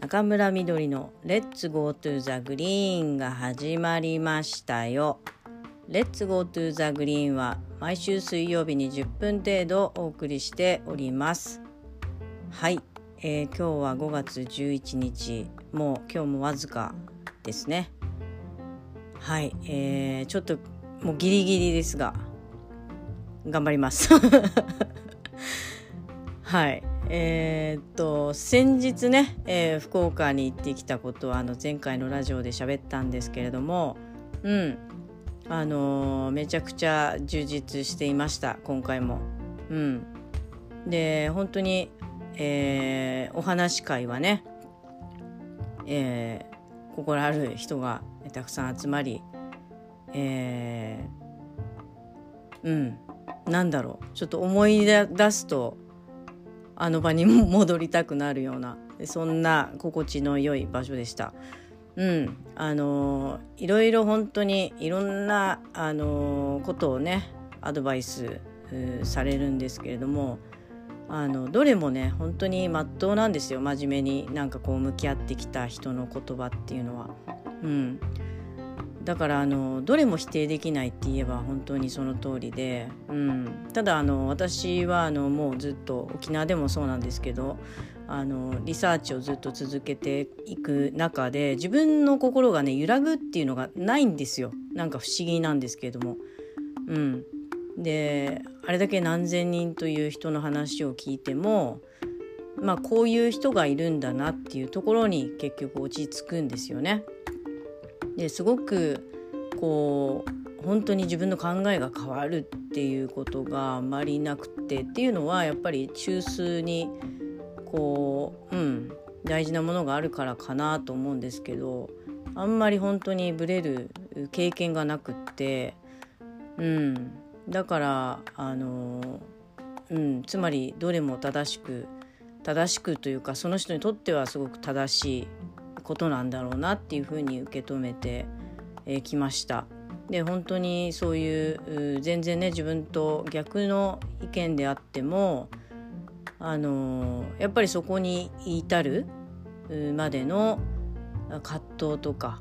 中村みどりのレッツゴートゥーザグリーンが始まりましたよ。レッツゴートゥーザグリーンは毎週水曜日に10分程度お送りしております。はい、今日は5月11日、もう今日もわずかですね。はい、ちょっともうギリギリですが頑張りますはい、先日ね、福岡に行ってきたことは前回のラジオで喋ったんですけれども、めちゃくちゃ充実していました今回も。で本当に、お話し会はね、心ある人がたくさん集まり、なんだろう、ちょっと思い出すとあの場に戻りたくなるような、そんな心地の良い場所でした。いろいろ本当にいろんなことをねアドバイスされるんですけれども、どれもね本当に真っ当なんですよ。真面目に向き合ってきた人の言葉っていうのは、だからどれも否定できないって言えば本当にその通りで、ただ私はもうずっと沖縄でもそうなんですけどリサーチをずっと続けていく中で自分の心がね揺らぐっていうのがないんですよ。不思議なんですけれども、であれだけ何千人という人の話を聞いてもこういう人がいるんだなっていうところに結局落ち着くんですよね。ですごく本当に自分の考えが変わるっていうことがあまりなくてっていうのはやっぱり中枢に大事なものがあるからかなと思うんですけど、あんまり本当にブレる経験がなくって、だからつまりどれも正しくというかその人にとってはすごく正しいことなんだろうなっていうふうに受け止めてきました。で本当にそういう全然ね自分と逆の意見であってもやっぱりそこに至るまでの葛藤とか、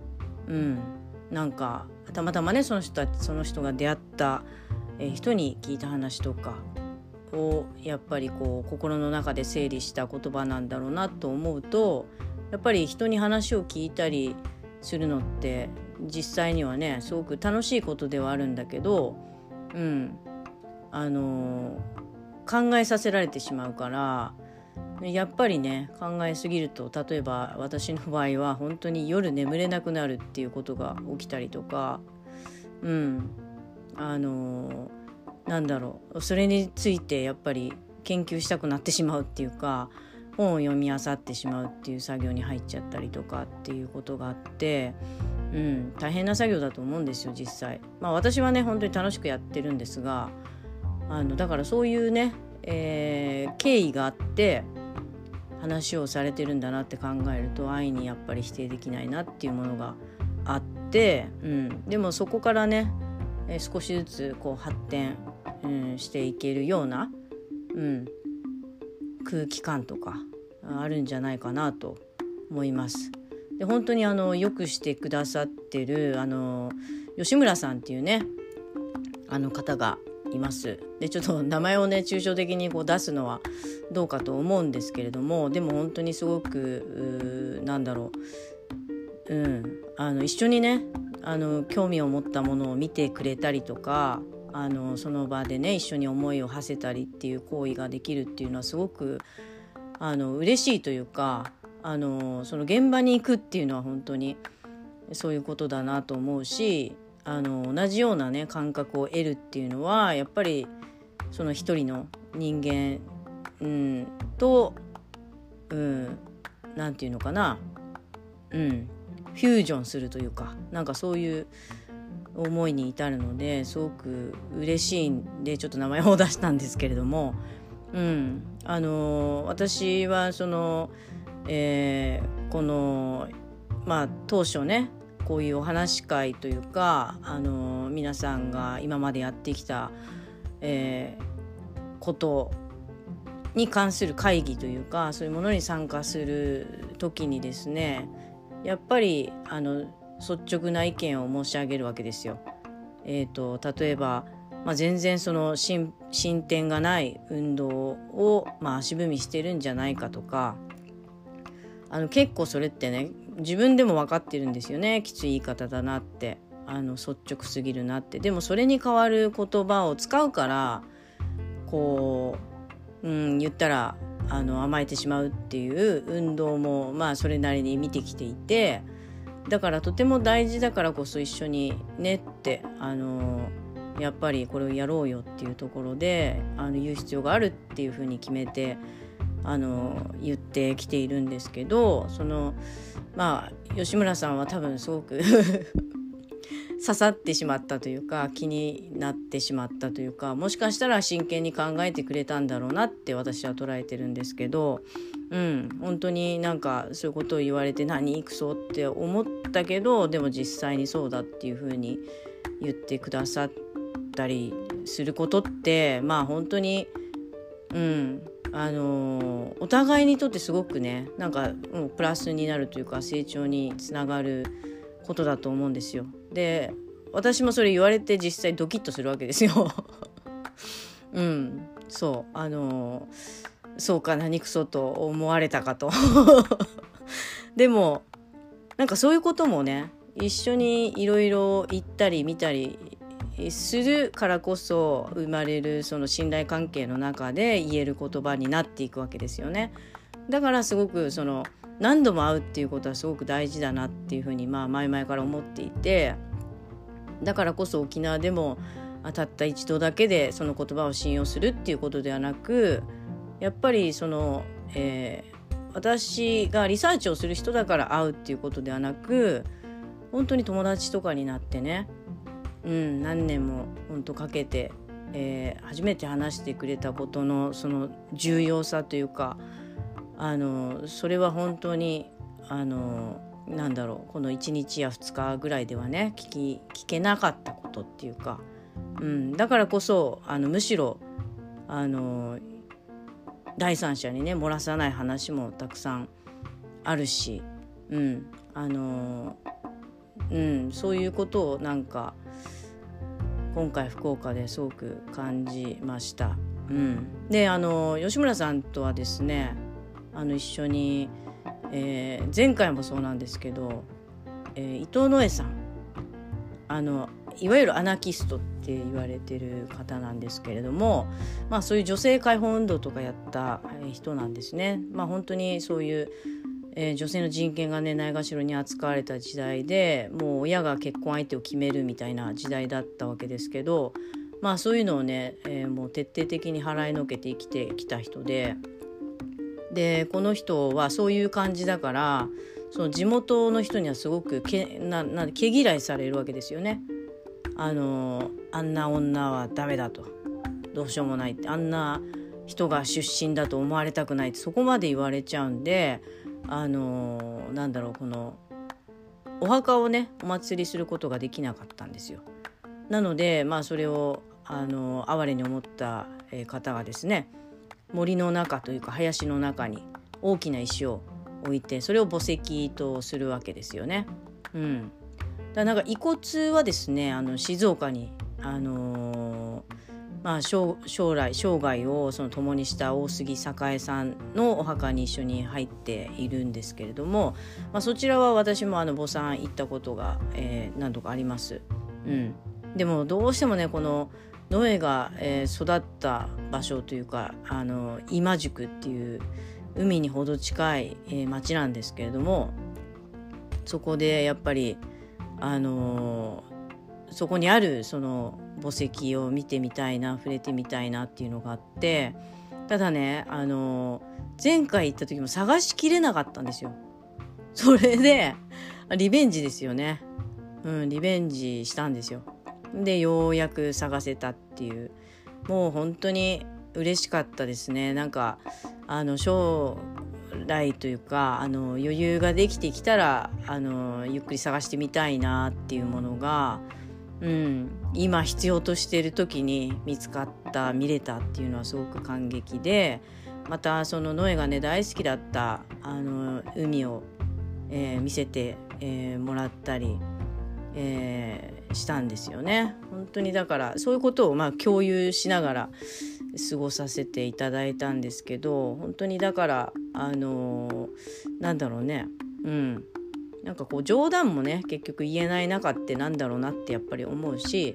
たまたまねその人が出会った人に聞いた話とかをやっぱり心の中で整理した言葉なんだろうなと思うと、やっぱり人に話を聞いたりするのって実際にはねすごく楽しいことではあるんだけど、考えさせられてしまうから、やっぱりね考えすぎると、例えば私の場合は本当に夜眠れなくなるっていうことが起きたりとか、それについてやっぱり研究したくなってしまうっていうか、本を読み漁ってしまうっていう作業に入っちゃったりとかっていうことがあって、大変な作業だと思うんですよ実際。私はね本当に楽しくやってるんですが、だからそういうね、経緯があって話をされてるんだなって考えると安易にやっぱり否定できないなっていうものがあって、でもそこからね、少しずつ発展、していけるような、空気感とかあるんじゃないかなと思います。で本当によくしてくださってる吉村さんっていうね方がいます。でちょっと名前をね抽象的に出すのはどうかと思うんですけれども、でも本当にすごく一緒にね興味を持ったものを見てくれたりとか、その場でね一緒に思いを馳せたりっていう行為ができるっていうのはすごく嬉しいというか、その現場に行くっていうのは本当にそういうことだなと思うし、同じようなね感覚を得るっていうのはやっぱりその一人の人間、と、なんていうのかな、フュージョンするというかそういう思いに至るので、すごく嬉しいんでちょっと名前を出したんですけれども、私はこの当初ねこういうお話し会というか皆さんが今までやってきた、ことに関する会議というか、そういうものに参加する時にですね、やっぱり率直な意見を申し上げるわけですよ。例えば、全然その進展がない運動を、足踏みしてるんじゃないかとか、結構それってね、自分でも分かってるんですよね。きつい言い方だなって、率直すぎるなって。でもそれに代わる言葉を使うから、こう、言ったら甘えてしまうっていう運動もそれなりに見てきていて、だからとても大事だからこそ一緒にねってやっぱりこれをやろうよっていうところで言う必要があるっていうふうに決めて言ってきているんですけど、吉村さんは多分すごく刺さってしまったというか、気になってしまったというか、もしかしたら真剣に考えてくれたんだろうなって私は捉えてるんですけど、本当になんかそういうことを言われて何クソって思ったけど、でも実際にそうだっていうふうに言ってくださったりすることって本当にお互いにとってすごくね、なんかプラスになるというか成長につながることだと思うんですよ。で、私もそれ言われて実際ドキッとするわけですよ。そうか、何クソと思われたかと。でもなんかそういうこともね、一緒にいろいろ言ったり見たりするからこそ生まれるその信頼関係の中で言える言葉になっていくわけですよね。だからすごくその何度も会うっていうことはすごく大事だなっていうふうに前々から思っていて、だからこそ沖縄でもたった一度だけでその言葉を信用するっていうことではなく、やっぱりその、私がリサーチをする人だから会うっていうことではなく、本当に友達とかになってね、何年も本当かけて、初めて話してくれたことのその重要さというか、それは本当にこの1日や2日ぐらいではね聞けなかったことっていうか、だからこそむしろ第三者にね漏らさない話もたくさんあるし、そういうことをなんか今回福岡ですごく感じました。で吉村さんとはですね一緒に、前回もそうなんですけど、伊藤野枝さんいわゆるアナキストって言われてる方なんですけれども、そういう女性解放運動とかやった人なんですね。本当にそういう、女性の人権がねないがしろに扱われた時代で、もう親が結婚相手を決めるみたいな時代だったわけですけど、そういうのをね、もう徹底的に払いのけて生きてきた人で、この人はそういう感じだから、その地元の人にはすごく毛嫌いされるわけですよね。あんな女はダメだと、どうしようもないって、あんな人が出身だと思われたくないって、そこまで言われちゃうんで、このお墓をねお祭りすることができなかったんですよ。なのでそれを哀れに思った方がですね、森の中というか林の中に大きな石を置いて、それを墓石とするわけですよね。だなんか遺骨はですね静岡に生涯をその共にした大杉栄さんのお墓に一緒に入っているんですけれども、そちらは私も墓参行ったことが、何度かあります。でもどうしてもねこの野枝が、育った場所というか今宿っていう海にほど近い、町なんですけれども、そこでやっぱりそこにあるその墓石を見てみたいな、触れてみたいなっていうのがあって、ただね前回行った時も探しきれなかったんですよ。それでリベンジですよね。リベンジしたんですよ。でようやく探せたっていう、もう本当に嬉しかったですね。なんか将来というか余裕ができてきたらゆっくり探してみたいなっていうものが、今必要としている時に見つかった見れたっていうのはすごく感激で、 またそのノエがね大好きだった海を、見せて、もらったり、したんですよね。本当にだからそういうことを共有しながら過ごさせていただいたんですけど、本当にだからなんだろうね、なんかこう冗談もね結局言えない中ってなんだろうなってやっぱり思うし、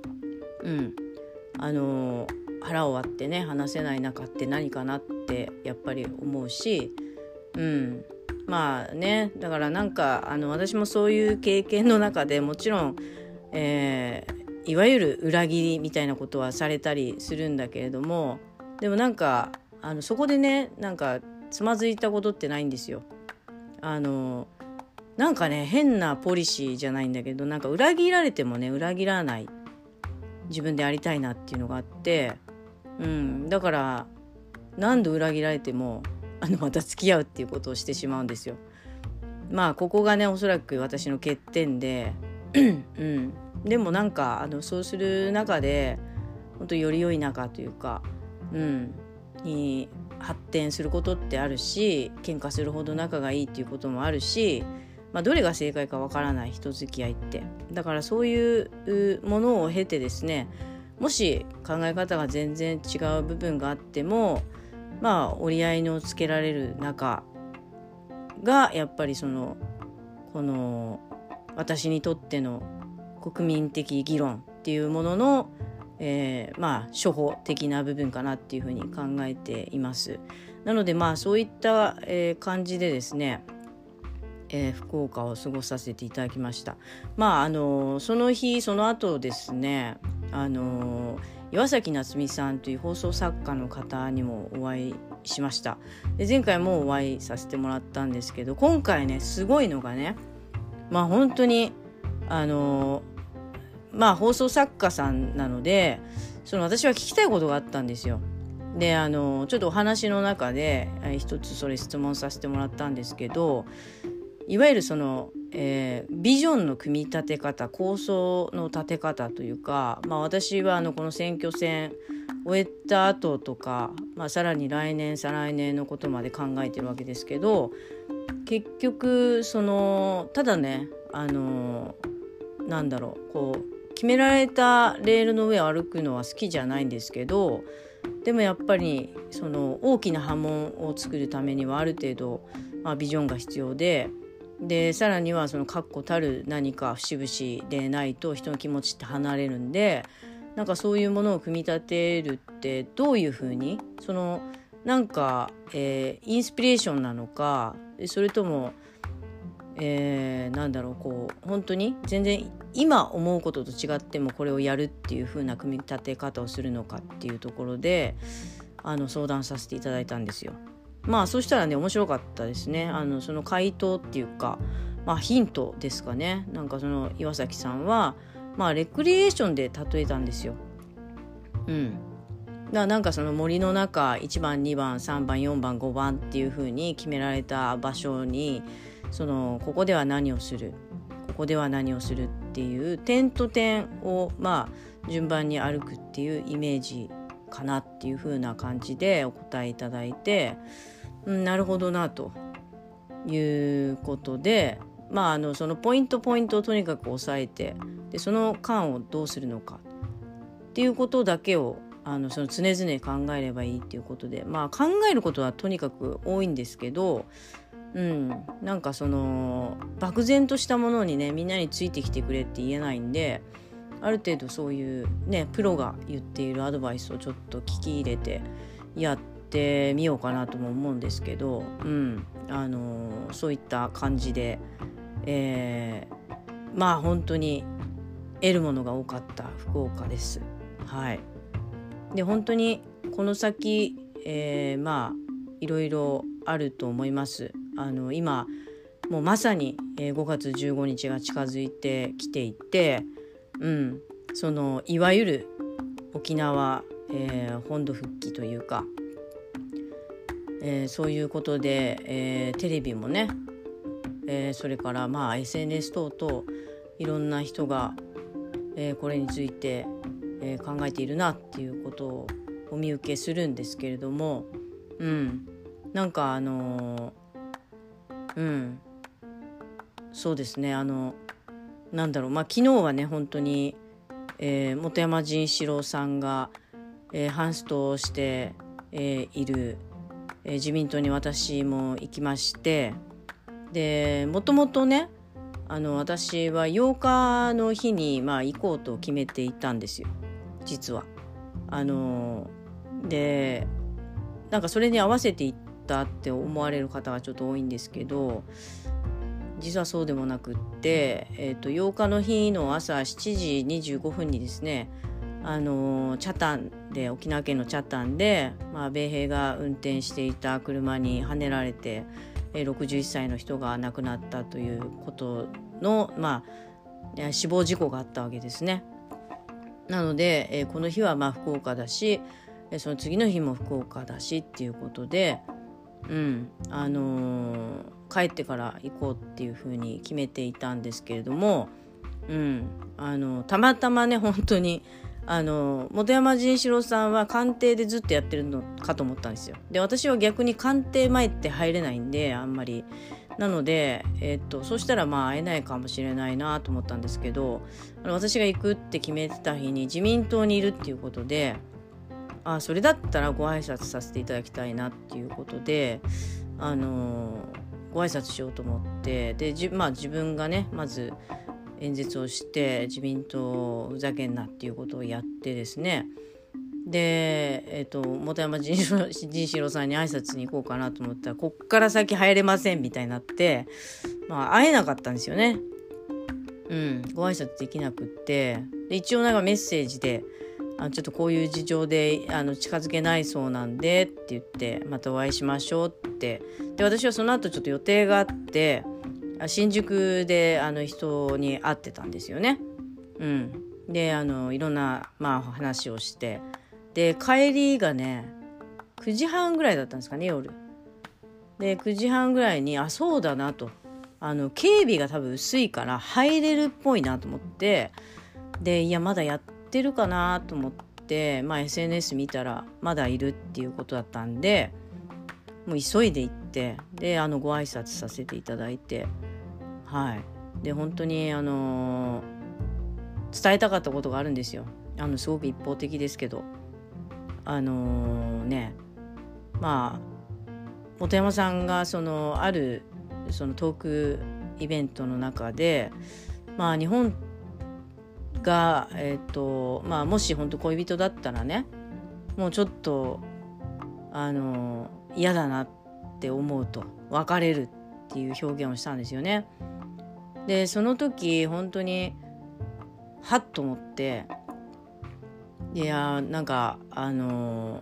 腹を割ってね話せない中って何かなってやっぱり思うし、まあね、だからなんか私もそういう経験の中でもちろん、いわゆる裏切りみたいなことはされたりするんだけれども、でもなんかそこでねなんかつまずいたことってないんですよ。なんかね変なポリシーじゃないんだけど、なんか裏切られてもね裏切らない自分でありたいなっていうのがあって、だから何度裏切られてもまた付き合うっていうことをしてしまうんですよ。ここがねおそらく私の欠点ででもなんかそうする中で本当より良い仲というか、に発展することってあるし、喧嘩するほど仲がいいっていうこともあるし、どれが正解かわからない人付き合いって。だからそういうものを経てですね、もし考え方が全然違う部分があっても折り合いのつけられる仲がやっぱりこの私にとっての国民的議論っていうものの、初歩的な部分かなっていうふうに考えています。なのでそういった、感じでですね、福岡を過ごさせていただきました。その日その後ですね、岩崎夏美さんという放送作家の方にもお会いしました。で前回もお会いさせてもらったんですけど、今回ねすごいのがね、本当に放送作家さんなので私は聞きたいことがあったんですよ。でちょっとお話の中で一つそれ質問させてもらったんですけど、いわゆるビジョンの組み立て方、構想の立て方というか、私はこの選挙戦終えた後とか、さらに来年再来年のことまで考えてるわけですけど、結局ただね決められたレールの上を歩くのは好きじゃないんですけど、でもやっぱり大きな波紋を作るためにはある程度、ビジョンが必要で、さらには確固たる何か節々でないと人の気持ちって離れるんで、なんかそういうものを組み立てるってどういうふうにインスピレーションなのか、それとも本当に全然今思うことと違ってもこれをやるっていう風な組み立て方をするのかっていうところで相談させていただいたんですよ。そしたらね面白かったですね。その回答っていうか、ヒントですかね。なんか岩崎さんはレクリエーションで例えたんですよ。なんか森の中1番2番3番4番5番っていう風に決められた場所にここでは何をする、ここでは何をするっていう点と点を順番に歩くっていうイメージかなっていう風な感じでお答えいただいて、なるほどなということで、そのポイントをとにかく押さえて、でその間をどうするのかっていうことだけを常々考えればいいっていうことで、考えることはとにかく多いんですけど、なんか漠然としたものにねみんなについてきてくれって言えないんで、ある程度そういうねプロが言っているアドバイスをちょっと聞き入れてやってみようかなとも思うんですけど、そういった感じで、本当に得るものが多かった福岡です。はい。で本当にこの先、いろいろあると思います。今もうまさに5月15日が近づいてきていて、いわゆる沖縄、本土復帰というか、そういうことで、テレビもね、それからSNS 等々いろんな人が、これについて、考えているなっていうことをお見受けするんですけれども、 なんかそうですね、なんだろう、昨日はね本当に、本山仁志郎さんが、ハンストをして、いる、自民党に私も行きまして、でもともとね私は8日の日に行こうと決めていたんですよ、実は。でなんかそれに合わせていったって思われる方がちょっと多いんですけど、実はそうでもなくって、8日の日の朝7時25分にですね、北谷で、沖縄県の北谷で、米兵が運転していた車にはねられて、61歳の人が亡くなったということの、死亡事故があったわけですね。なので、この日は福岡だし、その次の日も福岡だしっていうことで、帰ってから行こうっていうふうに決めていたんですけれども、たまたまね本当に本山仁志郎さんは官邸でずっとやってるのかと思ったんですよ。で私は逆に官邸前って入れないんであんまりなので、そしたら会えないかもしれないなと思ったんですけど、私が行くって決めてた日に自民党にいるっていうことで、それだったらご挨拶させていただきたいなっていうことで、ご挨拶しようと思って、で自分がねまず演説をして自民党ふざけんなっていうことをやってですね、で、本山仁志郎さんに挨拶に行こうかなと思ったら、こっから先入れませんみたいになって、会えなかったんですよね。ご挨拶できなくって、で一応なんかメッセージでちょっとこういう事情で近づけないそうなんでって言って、またお会いしましょうって。で私はその後ちょっと予定があって新宿で人に会ってたんですよね。でいろんな話をして、で帰りがね9時半ぐらいだったんですかね、夜で。9時半ぐらいにそうだなと、警備が多分薄いから入れるっぽいなと思って、でいやまだやってるかなと思って、SNS 見たらまだいるっていうことだったんで、もう急いで行って、でご挨拶させていただいて、で本当に伝えたかったことがあるんですよ。すごく一方的ですけど、本山さんがあるそのトークイベントの中で、日本が、もし本当恋人だったらね、もうちょっと嫌だなって思うと、別れるっていう表現をしたんですよね。でその時本当にはっと思って、いやなんか尾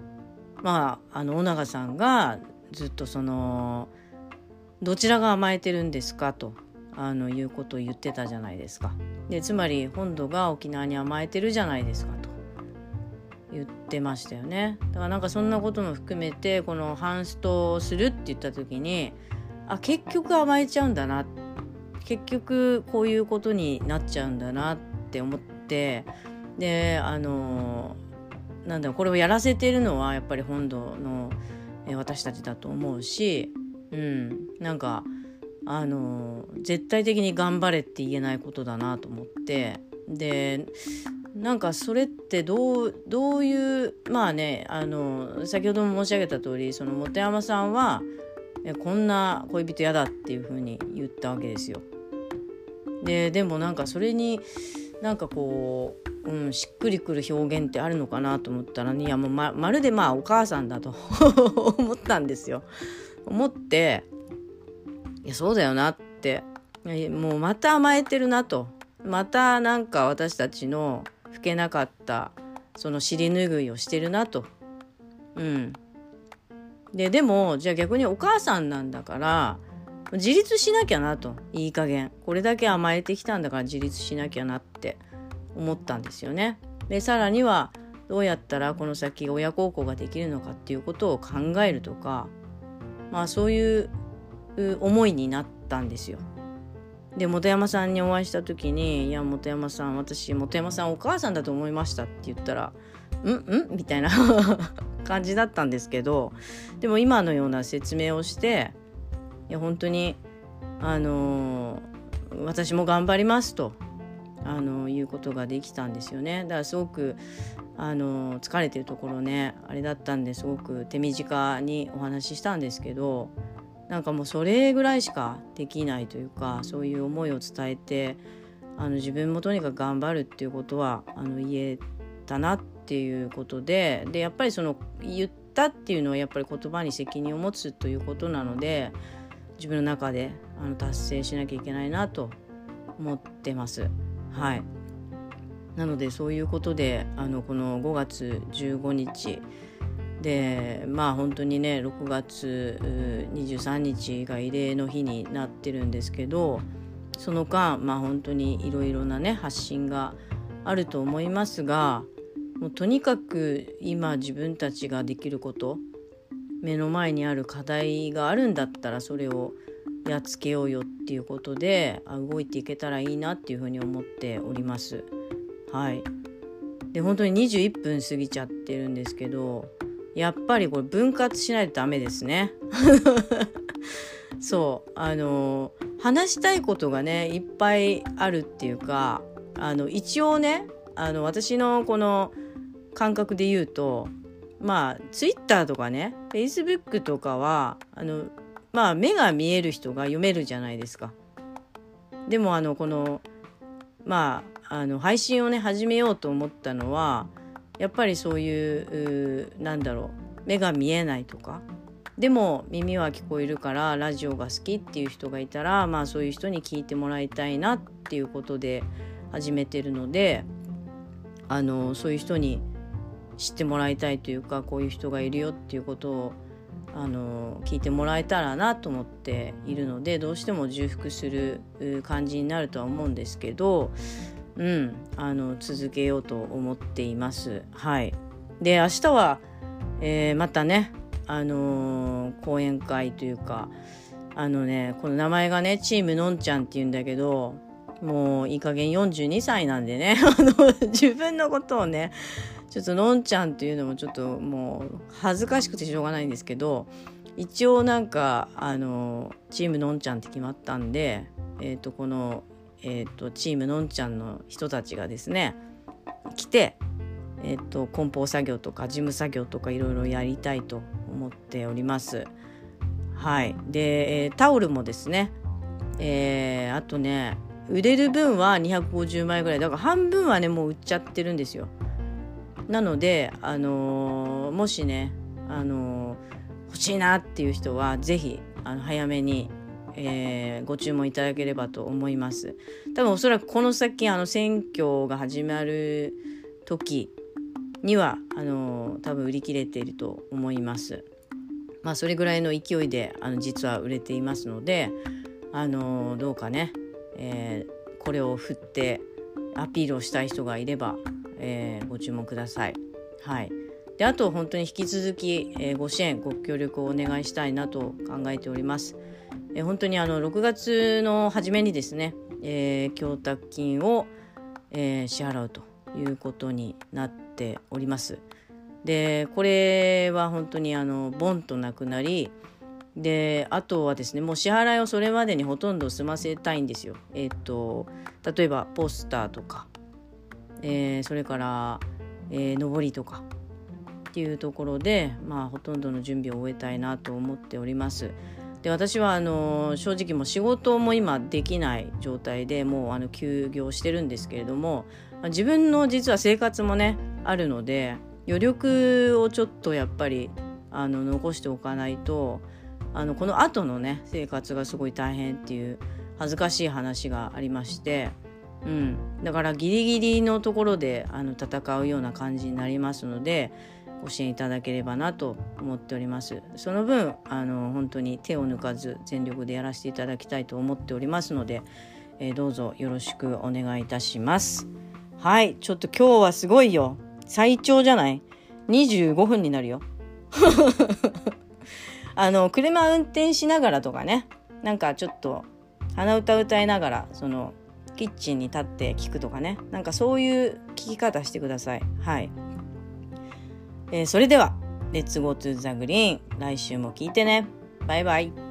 長さんがずっとどちらが甘えてるんですかということを言ってたじゃないですか。でつまり本土が沖縄に甘えてるじゃないですかと言ってましたよね。だからなんかそんなことも含めて、このハンストをするって言った時に、結局甘えちゃうんだな、結局こういうことになっちゃうんだなって思って、でこれをやらせてるのはやっぱり本土の私たちだと思うし、なんか絶対的に頑張れって言えないことだなと思って、でなんかそれってどういう先ほども申し上げた通り、本山さんはこんな恋人嫌だっていうふうに言ったわけですよ。でもなんかそれになんかこう、しっくりくる表現ってあるのかなと思ったら、いやもう まるでお母さんだと思ったんですよ。思って、いやそうだよなって、もうまた甘えてるなと、またなんか私たちの拭けなかったその尻拭いをしてるなと。でもじゃあ逆にお母さんなんだから自立しなきゃなと、いい加減これだけ甘えてきたんだから自立しなきゃなって思ったんですよね。でさらにはどうやったらこの先親孝行ができるのかっていうことを考えるとか、そういう思いになったんですよ。で本山さんにお会いした時に、いや本山さん、私本山さんお母さんだと思いましたって言ったら、みたいな感じだったんですけど、でも今のような説明をして、いや本当に私も頑張りますということができたんですよね。だからすごく疲れてるところねあれだったんで、すごく手短にお話ししたんですけど、なんかもうそれぐらいしかできないというか、そういう思いを伝えて自分もとにかく頑張るっていうことは言えたなっていうことで、やっぱりその言ったっていうのはやっぱり言葉に責任を持つということなので、自分の中で達成しなきゃいけないなと思ってます。はい。なのでそういうことでこの5月15日で、本当にね6月23日が慰霊の日になってるんですけど、その間本当にいろいろなね発信があると思いますが、もうとにかく今自分たちができること、目の前にある課題があるんだったらそれをやっつけようよっていうことで動いていけたらいいなっていうふうに思っております。はい。で本当に21分過ぎちゃってるんですけど、やっぱりこれ分割しないとダメですねそう話したいことがねいっぱいあるっていうか、一応ね私のこの感覚で言うと、ツイッターとかねフェイスブックとかは目が見える人が読めるじゃないですか。でもこの配信をね始めようと思ったのは、やっぱりそういう目が見えないとか、でも耳は聞こえるからラジオが好きっていう人がいたら、そういう人に聞いてもらいたいなっていうことで始めてるので、そういう人に知ってもらいたいというか、こういう人がいるよっていうことを聞いてもらえたらなと思っているので、どうしても重複する感じになるとは思うんですけど、続けようと思っています。はい。で明日は、またね講演会というかこの名前がねチームのんちゃんっていうんだけど、もういい加減42歳なんでね自分のことをねちょっとのんちゃんっていうのもちょっともう恥ずかしくてしょうがないんですけど、一応チームのんちゃんって決まったんで、このチームのんちゃんの人たちがですね来て、梱包作業とか事務作業とかいろいろやりたいと思っております。はい。で、タオルもですね、あとね売れる分は250枚ぐらいだから、半分はねもう売っちゃってるんですよ。なのでもしね欲しいなっていう人はぜひ早めにご注文いただければと思います。多分おそらくこの先選挙が始まる時には多分売り切れていると思います。それぐらいの勢いで実は売れていますので、どうかね、これを振ってアピールをしたい人がいれば、ご注文ください。はい。であと本当に引き続き、ご支援ご協力をお願いしたいなと考えております。本当に6月の初めにですね、供託金を、支払うということになっております。でこれは本当にボンとなくなり、であとはですねもう支払いをそれまでにほとんど済ませたいんですよ。例えばポスターとか、それから、上りとかっていうところで、ほとんどの準備を終えたいなと思っております。で私は正直もう仕事も今できない状態でもう休業してるんですけれども、自分の実は生活もねあるので余力をちょっとやっぱり残しておかないとこの後のね生活がすごい大変っていう恥ずかしい話がありまして、だからギリギリのところで戦うような感じになりますので、ご支援いただければなと思っております。その分本当に手を抜かず全力でやらせていただきたいと思っておりますので、どうぞよろしくお願いいたします。はい。ちょっと今日はすごいよ。最長じゃない？ 25 分になるよ車運転しながらとかね、なんかちょっと鼻歌歌いながらキッチンに立って聞くとかね、なんかそういう聞き方してください。はい。それでは Let's go to the green。来週も聞いてね。バイバイ。